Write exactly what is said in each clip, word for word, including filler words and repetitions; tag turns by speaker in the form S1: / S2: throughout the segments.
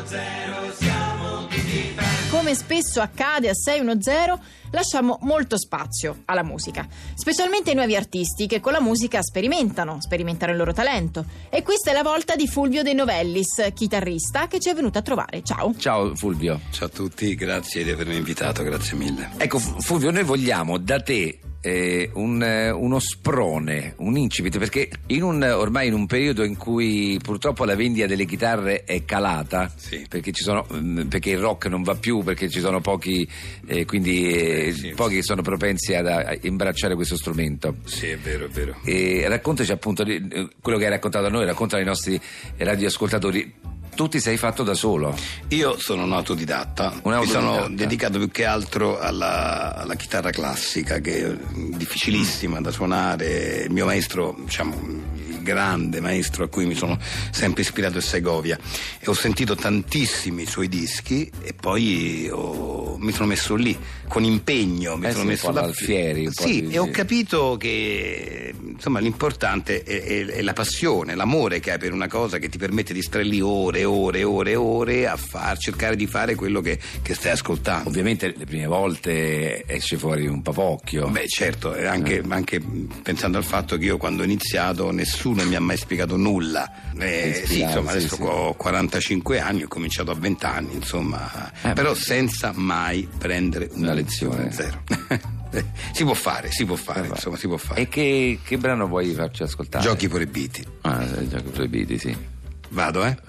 S1: Come spesso accade a sei uno zero, lasciamo molto spazio alla musica, specialmente ai nuovi artisti che con la musica sperimentano, sperimentano il loro talento. E questa è la volta di Fulvio De Novellis, chitarrista, che ci è venuto a trovare. Ciao.
S2: Ciao Fulvio.
S3: Ciao a tutti, grazie di avermi invitato, grazie mille.
S2: Ecco Fulvio, noi vogliamo da te eh, un, uno sprone, un incipit, perché in un, ormai in un periodo in cui purtroppo la vendita delle chitarre è calata,
S3: sì.
S2: perché ci sono perché il rock non va più, perché ci sono pochi eh, quindi eh,
S3: sì,
S2: pochi
S3: sì.
S2: che sono propensi ad, a imbracciare questo strumento.
S3: Sì, è vero, è vero.
S2: E raccontaci appunto di, quello che hai raccontato a noi, racconta ai nostri radioascoltatori. Tu ti sei fatto da solo?
S3: Io sono un autodidatta,
S2: un autodidatta.
S3: Mi sono dedicato più che altro alla, alla chitarra classica, che è difficilissima da suonare. Il mio maestro, diciamo, il grande maestro a cui mi sono sempre ispirato è Segovia, e ho sentito tantissimi suoi dischi e poi ho, mi sono messo lì con impegno, mi
S2: eh
S3: sono
S2: sì,
S3: messo
S2: un po'
S3: da
S2: l'Alfieri, un po'
S3: sì,
S2: di,
S3: e ho
S2: sì.
S3: capito che insomma l'importante è, è, è la passione, l'amore che hai per una cosa che ti permette di stare lì ore e ore e ore e ore a far cercare di fare quello che, che stai ascoltando.
S2: Ovviamente le prime volte esce fuori un papocchio.
S3: Beh, certo, anche, anche pensando al fatto che io quando ho iniziato nessuno mi ha mai spiegato nulla. Eh, sì, insomma,
S2: sì,
S3: adesso
S2: sì.
S3: ho quarantacinque anni, ho cominciato a venti anni, insomma,
S2: eh,
S3: però
S2: beh,
S3: senza mai prendere una,
S2: una
S3: lezione,
S2: lezione.
S3: zero. Si può fare, si può fare, insomma, si può fare.
S2: E che, che brano vuoi farci ascoltare?
S3: Giochi proibiti.
S2: Ah, Giochi proibiti, sì.
S3: Vado, eh?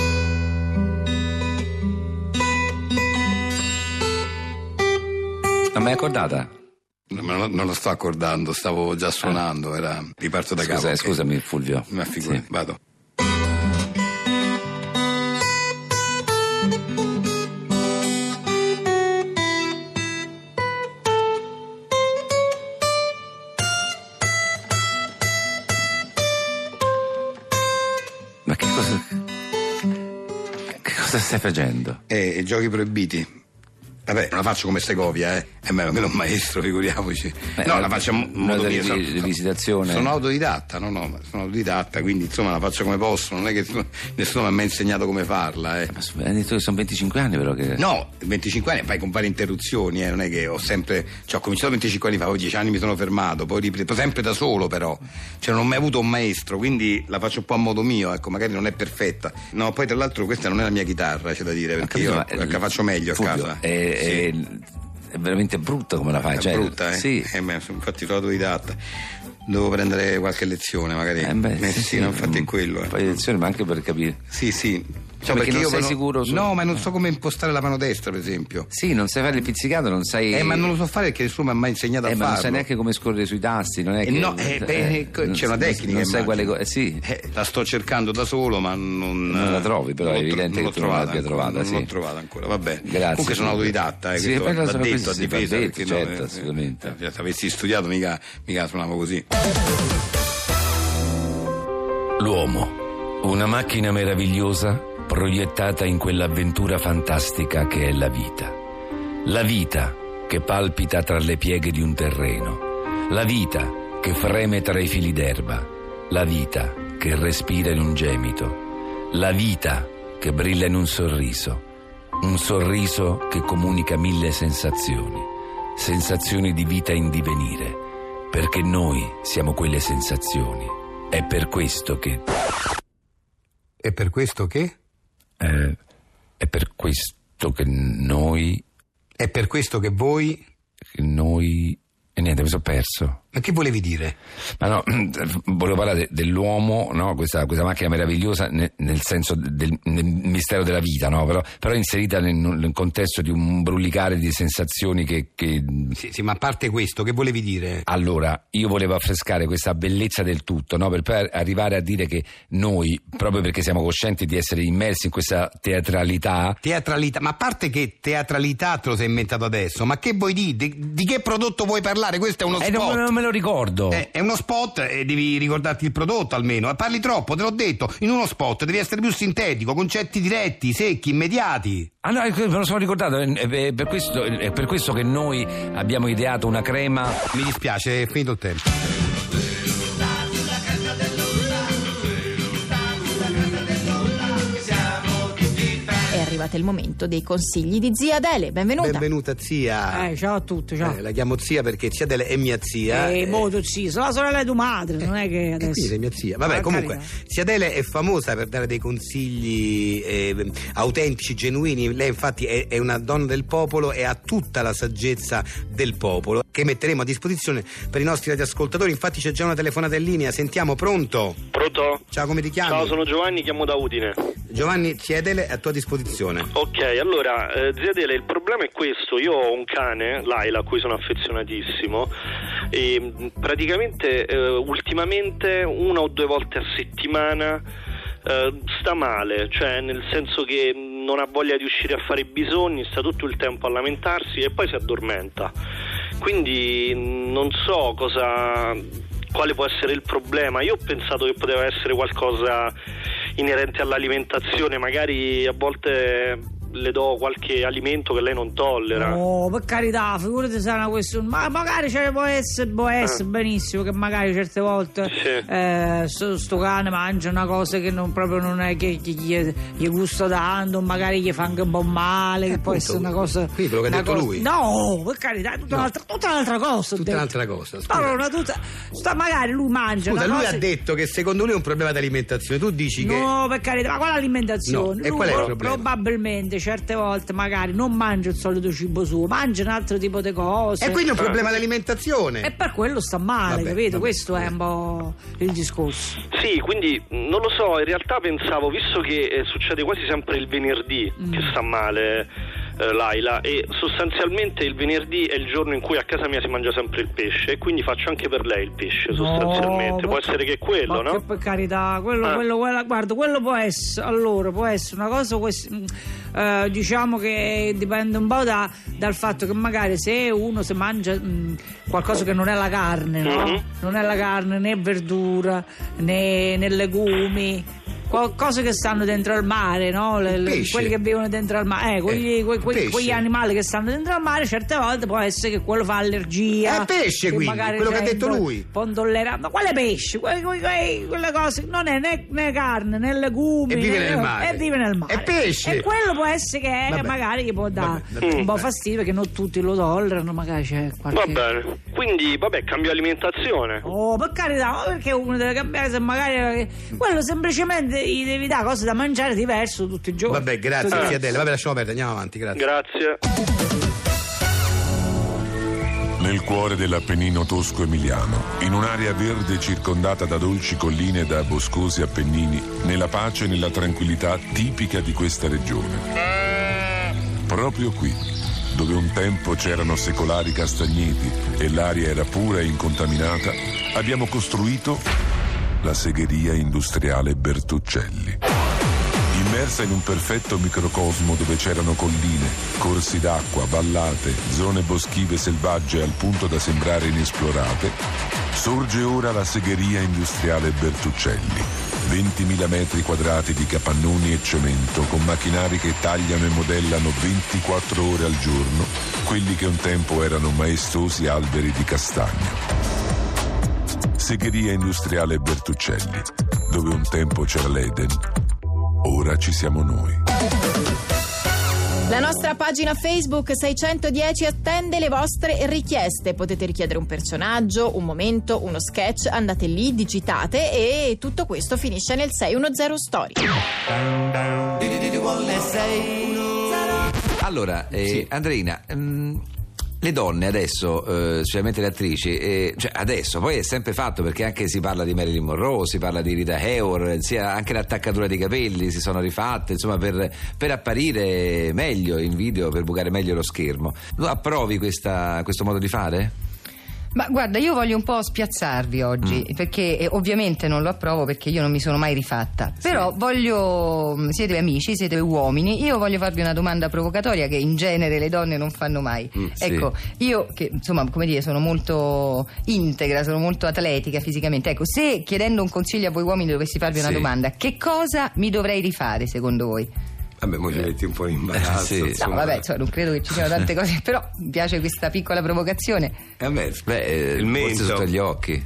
S2: Non mi hai accordata?
S3: Non, non lo sto accordando, stavo già suonando, era riparto da
S2: Scusa,
S3: capo. Okay.
S2: Scusami Fulvio.
S3: Ma figurati,
S2: Sì.
S3: vado.
S2: Ma che cosa che cosa stai facendo?
S3: Eh, giochi proibiti. Vabbè, non la faccio come Segovia, eh. È meno, meno un maestro, figuriamoci.
S2: Beh,
S3: no, la faccio a
S2: una
S3: modo mio.
S2: rivi- rivisitazione.
S3: Sono autodidatta, no, no, sono autodidatta, quindi insomma la faccio come posso. Non è che nessuno mi ha mai insegnato come farla, eh.
S2: Ma hai detto che sono venticinque anni però che...
S3: No, venticinque anni, fai con varie interruzioni, eh. Non è che ho sempre. Cioè, ho cominciato venticinque anni fa, poi dieci anni mi sono fermato, poi ripreso, sempre da solo però. Cioè, non ho mai avuto un maestro, quindi la faccio un po' a modo mio, ecco, magari non è perfetta. No, poi tra l'altro questa non è la mia chitarra, c'è da dire, perché
S2: capito,
S3: io
S2: ma,
S3: la faccio meglio
S2: Fulvio,
S3: a casa.
S2: È,
S3: Sì.
S2: è, è veramente brutta come la fai.
S3: È
S2: cioè,
S3: brutta, eh?
S2: Sì.
S3: Eh, beh, infatti sono autodidatta. Devo prendere qualche lezione, magari.
S2: Eh beh,
S3: Eh,
S2: sì,
S3: sì, no, infatti è quello.
S2: Un
S3: Eh.
S2: paio di lezioni, ma anche per capire.
S3: Sì, sì.
S2: Cioè, perché non
S3: io
S2: sei
S3: però-
S2: sicuro su-
S3: No, ma non so come impostare la mano destra, per esempio.
S2: Sì, non sai fare il pizzicato, non sai...
S3: Eh, ma non lo so fare perché nessuno mi ha mai insegnato
S2: Eh,
S3: a
S2: ma
S3: farlo.
S2: non sai neanche come scorrere sui tasti, non è
S3: Eh,
S2: che...
S3: no, eh, beh,
S2: non-
S3: c'è una tecnica.
S2: Non sai
S3: immagino.
S2: quale cosa... Eh, sì.
S3: Eh, la sto cercando da solo, ma non.
S2: Non la trovi, però
S3: non
S2: è
S3: l'ho tro-
S2: evidente
S3: non
S2: che
S3: l'ho
S2: tu non
S3: trovata
S2: l'abbia
S3: ancora,
S2: trovata,
S3: Non
S2: sì.
S3: l'ho trovata ancora, va bene.
S2: Grazie.
S3: Comunque sono autodidatta, eh,
S2: Sì,
S3: questo
S2: poi lo
S3: va
S2: so,
S3: detto a
S2: questo si va
S3: difesa.
S2: detto,
S3: Perché
S2: certo,
S3: no, eh,
S2: assolutamente.
S3: eh, se avessi studiato, mica, mica suonavo così.
S4: L'uomo, una macchina meravigliosa proiettata in quell'avventura fantastica che è la vita. La vita che palpita tra le pieghe di un terreno. La vita che freme tra i fili d'erba. La vita che respira in un gemito. La vita che brilla in un sorriso. Un sorriso che comunica mille sensazioni. Sensazioni di vita in divenire. Perché noi siamo quelle sensazioni. È per questo che...
S3: E per questo che?
S4: Eh, è per questo che noi...
S3: È per questo che voi.
S4: che noi... E niente, mi sono perso.
S3: Ma che volevi dire?
S4: Ma no, volevo parlare de- dell'uomo, no? questa, questa macchina meravigliosa nel, nel senso del nel mistero della vita, no? però, però inserita nel, nel contesto di un brulicare di sensazioni che, che...
S3: Sì, sì, ma a parte questo, che volevi dire?
S4: Allora, io volevo affrescare questa bellezza del tutto, no? per poi arrivare a dire che noi, proprio perché siamo coscienti di essere immersi in questa teatralità...
S3: Teatralità, ma a parte che teatralità te lo sei inventato adesso, ma che vuoi dire? Di, di che prodotto vuoi parlare? Questo è uno
S4: Eh,
S3: spot.
S4: non, non me lo ricordo.
S3: Eh, è uno spot e devi ricordarti il prodotto almeno. Parli troppo, te l'ho detto. In uno spot devi essere più sintetico, concetti diretti, secchi, immediati.
S4: Ah no, me lo sono ricordato, è è per questo, è per questo che noi abbiamo ideato una crema...
S3: Mi dispiace, è finito il tempo.
S1: arrivato il momento dei consigli di zia Adele. Benvenuta.
S3: Benvenuta zia.
S5: Eh, ciao a tutti, ciao.
S3: Eh, la chiamo zia perché zia Adele è mia zia.
S5: Eh,
S3: eh,
S5: molto zia, sono la sorella di tua madre, non è che adesso.
S3: Quindi è mia zia. Vabbè,
S5: Ah,
S3: comunque,
S5: carità.
S3: zia Adele è famosa per dare dei consigli eh, autentici, genuini. Lei infatti è, è una donna del popolo e ha tutta la saggezza del popolo che metteremo a disposizione per i nostri radioascoltatori. Infatti c'è già una telefonata in linea. Sentiamo, pronto?
S6: Pronto?
S3: Ciao, come ti chiami?
S6: Ciao, sono Giovanni, chiamo da Udine.
S3: Giovanni, zia Adele è a tua disposizione.
S6: Ok, allora, eh, zia Adele, il problema è questo. Io ho un cane, Laila, a cui sono affezionatissimo, e mh, praticamente eh, ultimamente una o due volte a settimana eh, sta male, cioè nel senso che non ha voglia di uscire a fare i bisogni, sta tutto il tempo a lamentarsi e poi si addormenta. Quindi mh, non so cosa... quale può essere il problema. Io ho pensato che poteva essere qualcosa inerente all'alimentazione, magari a volte le do qualche alimento che lei non tollera.
S5: Oh, per carità, figurati se è una questione. Ma magari ce ne può essere, può essere
S6: Ah.
S5: benissimo che magari certe volte
S6: Sì.
S5: eh, sto, sto cane mangia una cosa che non proprio non è che gli, gli, gli gusta tanto, magari gli fa anche un po' male, che può
S3: appunto,
S5: essere una cosa.
S3: quindi quello che ha
S5: una
S3: detto
S5: cosa-
S3: lui.
S5: No, per carità, è tutta,
S3: No.
S5: un'altra, tutta un'altra cosa. ho
S3: Tutta
S5: detto.
S3: un'altra cosa. Scusa,
S5: No, no, una tutta, sta, magari lui mangia
S3: Scusa
S5: una
S3: lui
S5: cosa.
S3: ha detto che secondo lui è un problema di alimentazione. Tu dici che...
S5: No, per carità, ma qual è l'alimentazione?
S3: No, e
S5: Lui
S3: qual è il
S5: pro-
S3: problema?
S5: Probabilmente certe volte magari non mangia il solito cibo suo, mangia un altro tipo di cose.
S3: E quindi è un problema di alimentazione.
S5: E per quello sta male,
S3: Vabbè,
S5: capito?
S3: vabbè,
S5: Questo
S3: vabbè.
S5: è un po' il discorso.
S6: Sì, quindi mh, non lo so, in realtà pensavo, visto che eh, succede quasi sempre il venerdì
S5: Mm.
S6: che sta male eh, Laila, e sostanzialmente il venerdì è il giorno in cui a casa mia si mangia sempre il pesce, e quindi faccio anche per lei il pesce sostanzialmente.
S5: No,
S6: Può
S5: ma-
S6: essere che è quello,
S5: ma
S6: no?
S5: che per carità, quello,
S6: Ah.
S5: quello, quella- guarda, quello può essere, allora, può essere una cosa, quest- mm, eh, diciamo che dipende un po' da- dal fatto che magari se uno si mangia mm, qualcosa che non è la carne, no?
S6: Mhm.
S5: Non è la carne né verdura né, né legumi. Qual- Cose che stanno dentro al mare, no? Le- le-
S3: pesce.
S5: quelli che vivono dentro al mare, eh, quegli,
S3: Eh,
S5: que- que-
S3: pesce.
S5: quegli animali che stanno dentro al mare, certe volte può essere che quello fa allergia.
S3: È pesce,
S5: che
S3: quindi,
S5: magari
S3: quello che ha
S5: c'è
S3: detto
S5: un po'-
S3: lui.
S5: po' intollerato. Ma quale pesce? Que- que- que- quelle cose non è né, né carne né legumi.
S3: E vive
S5: né-
S3: nel mare.
S5: E vive nel mare.
S3: È pesce.
S5: E quello può essere che
S3: Vabbè.
S5: magari gli può dare
S3: Vabbè, vabbè.
S5: un po' fastidio perché non tutti lo tollerano, magari c'è qualche.
S6: Va bene, quindi vabbè, cambio alimentazione.
S5: Oh, per carità, ma perché uno deve cambiare se magari quello semplicemente gli devi dare cose da mangiare diverso tutti i giorni.
S3: Vabbè, grazie
S5: Tutti-
S3: zia Adele. Vabbè, lasciamo perdere, andiamo avanti, grazie.
S6: Grazie.
S7: Nel cuore dell'Appennino tosco-emiliano, in un'area verde circondata da dolci colline e da boscosi appennini, nella pace e nella tranquillità tipica di questa regione. Proprio qui, dove un tempo c'erano secolari castagneti e l'aria era pura e incontaminata, abbiamo costruito la segheria industriale Bertuccelli. Immersa in un perfetto microcosmo dove c'erano colline, corsi d'acqua, vallate, zone boschive selvagge al punto da sembrare inesplorate, sorge ora la segheria industriale Bertuccelli. ventimila metri quadrati di capannoni e cemento con macchinari che tagliano e modellano ventiquattro ore al giorno quelli che un tempo erano maestosi alberi di castagno. Segheria industriale Bertuccelli, dove un tempo c'era l'Eden, ora ci siamo noi.
S1: La nostra pagina Facebook seicentodieci attende le vostre richieste. Potete richiedere un personaggio, un momento, uno sketch. Andate lì, digitate e tutto questo finisce nel sei uno zero Story.
S2: Allora, eh, Andreina, mm, le donne adesso, eh, specialmente le attrici, eh, cioè adesso, poi è sempre fatto perché anche si parla di Marilyn Monroe, si parla di Rita Hayworth, sia anche l'attaccatura dei capelli si sono rifatte, insomma, per, per apparire meglio in video, per bucare meglio lo schermo. Tu approvi questa, questo modo di fare?
S8: Ma guarda, io voglio un po' spiazzarvi oggi,
S2: Mm.
S8: perché eh, ovviamente non lo approvo perché io non mi sono mai rifatta. Però voglio, siete amici, siete uomini, io voglio farvi una domanda provocatoria che in genere le donne non fanno mai.
S2: Mm, sì.
S8: Ecco, io che insomma, come dire, sono molto integra, sono molto atletica fisicamente. Ecco, se chiedendo un consiglio a voi uomini dovessi farvi una
S2: Sì.
S8: domanda, che cosa mi dovrei rifare secondo voi?
S3: Vabbè, mo ti metti un po' in imbarazzo.
S2: sì.
S8: No,
S3: insomma.
S8: vabbè, insomma, non credo che ci siano tante cose, però mi piace questa piccola provocazione.
S3: Eh, vabbè,
S2: Beh, eh,
S3: il
S2: forse
S3: mento.
S2: sotto gli occhi.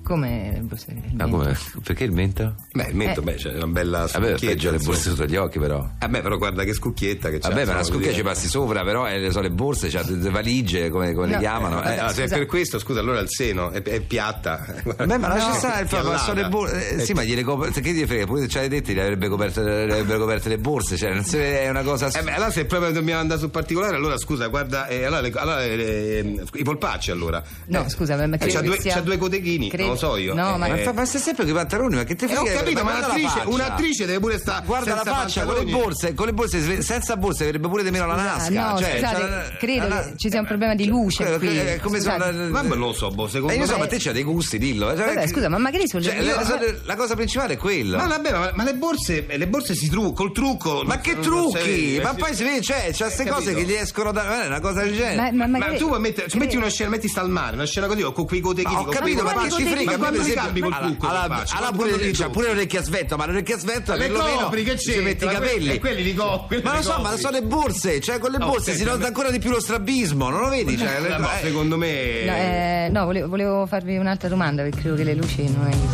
S8: Come le borse del
S2: Ma
S8: mento?
S2: come? Perché il mento?
S3: Beh, il mento,
S8: Eh.
S3: beh, c'è una bella
S2: Vabbè,
S3: scucchietta.
S2: peggio le borse
S3: insomma.
S2: sotto gli occhi però.
S3: Vabbè, però guarda che scucchietta che c'è.
S2: Vabbè, ma la scucchia ci passi sopra, però eh, so, le borse, cioè le valigie, come, come
S8: No,
S2: le chiamano.
S8: eh,
S2: eh.
S3: Ah, se è
S8: Scusa.
S3: per questo, scusa, allora il seno è, è piatta.
S2: Vabbè, ma lascia
S3: No,
S2: stare il fatto, ma sono le borse. Eh, sì, ma gliele coperte. Che gli frega? Pure se ce l'hai detti, le avrebbe coperte, le avrebbero coperte le borse. Cioè, non si vede, è una cosa.
S3: Eh beh, allora se proprio dobbiamo andare sul particolare, allora scusa, guarda, eh, allora, le- allora le- i polpacci allora.
S8: No,
S3: Eh,
S8: scusa, ma
S3: eh,
S8: credo
S3: c'ha,
S8: che
S3: due,
S8: sia-
S3: c'ha due codeghini,
S8: credo-
S3: non lo so io.
S8: No,
S3: Eh,
S8: ma-
S2: Ma,
S3: eh,
S2: fa- ma stai sempre con i pantaloni, ma che te
S3: eh,
S2: frega?
S3: ho capito, ma
S2: guarda la
S3: un'attrice,
S2: faccia.
S3: un'attrice deve pure stare.
S2: Guarda la faccia con le borse, con le borse, senza borse avrebbe pure di meno la
S8: Scusa,
S2: nasca.
S8: no,
S2: cioè,
S8: scusate,
S2: c'ha-
S8: credo
S2: la-
S8: che ci sia un problema di luce
S2: quello
S8: qui.
S2: che- è come
S8: Scusate.
S2: sono.
S3: Vabbè, non lo so, boh, secondo
S2: Eh, io so,
S3: me.
S2: ma te c'hai dei gusti, dillo. eh, cioè,
S8: Vabbè, scusa, ma magari sono
S2: cioè,
S8: le-
S2: le-
S8: io-
S2: sono- la cosa principale è quella.
S3: Ma vabbè, ma, ma le borse, le borse si truccano, col trucco.
S2: Ma che
S3: non- non
S2: trucchi?
S3: sei-
S2: Ma
S3: eh,
S2: poi si vede, cioè, c'ha queste
S3: capito?
S2: cose che gli escono da. È una cosa del genere.
S8: Ma, ma
S3: Ma
S8: magari-
S3: tu vuoi mettere, ci metti
S8: credo-
S3: una scena, metti sta al mare, una scena così, o con quei cotechini.
S2: Ma ho
S3: con
S2: capito,
S3: quei
S2: ma che
S3: polpacci.
S2: ci frega?
S3: Ma
S2: a me,
S3: quando
S2: per
S3: li
S2: esempio-
S3: cambi col
S2: allora,
S3: trucco?
S2: allora,
S3: polpacci?
S2: allora
S3: Quando
S2: pure,
S3: li
S2: c'ha
S3: trucchi?
S2: pure l'orecchio a svento, ma l'orecchio a svento
S3: Ma le
S2: perlomeno
S3: copri, che
S2: si
S3: c'entra?
S2: mette i
S3: Ma que-
S2: capelli.
S3: e quelli li copri,
S2: Ma lo
S3: li
S2: so, ma
S3: copri.
S2: sono le borse, cioè con le
S3: Oh,
S2: borse
S3: senti,
S2: si nota
S3: ma-
S2: ancora di più lo strabismo, non lo vedi? Cioè, le-
S3: Ma
S2: eh,
S3: secondo me.
S8: No, eh, no, volevo, volevo farvi un'altra domanda perché credo che le luci non è.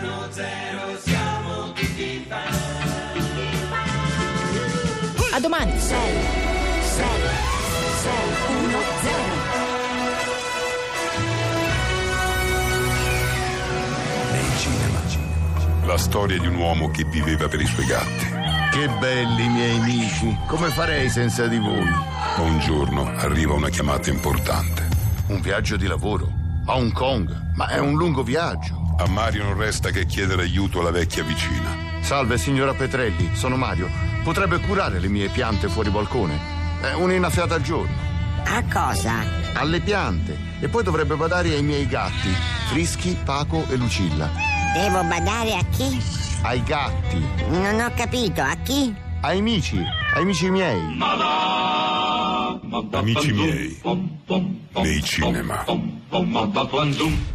S1: A domani.
S7: La storia di un uomo che viveva per i suoi gatti.
S9: Che belli miei amici, come farei senza di voi?
S7: Ma un giorno arriva una chiamata importante.
S9: Un viaggio di lavoro a Hong Kong, ma è un lungo viaggio.
S7: A Mario non resta che chiedere aiuto alla vecchia vicina.
S9: Salve signora Petrelli, sono Mario. Potrebbe curare le mie piante fuori balcone? È un'innaffiata al giorno.
S10: A cosa?
S9: Alle piante. E poi dovrebbe badare ai miei gatti, Frischi, Paco e Lucilla.
S10: Devo badare a chi?
S9: Ai gatti,
S10: Non ho capito, a chi?
S9: ai amici, ai amici miei.
S7: Amici miei, nei cinema.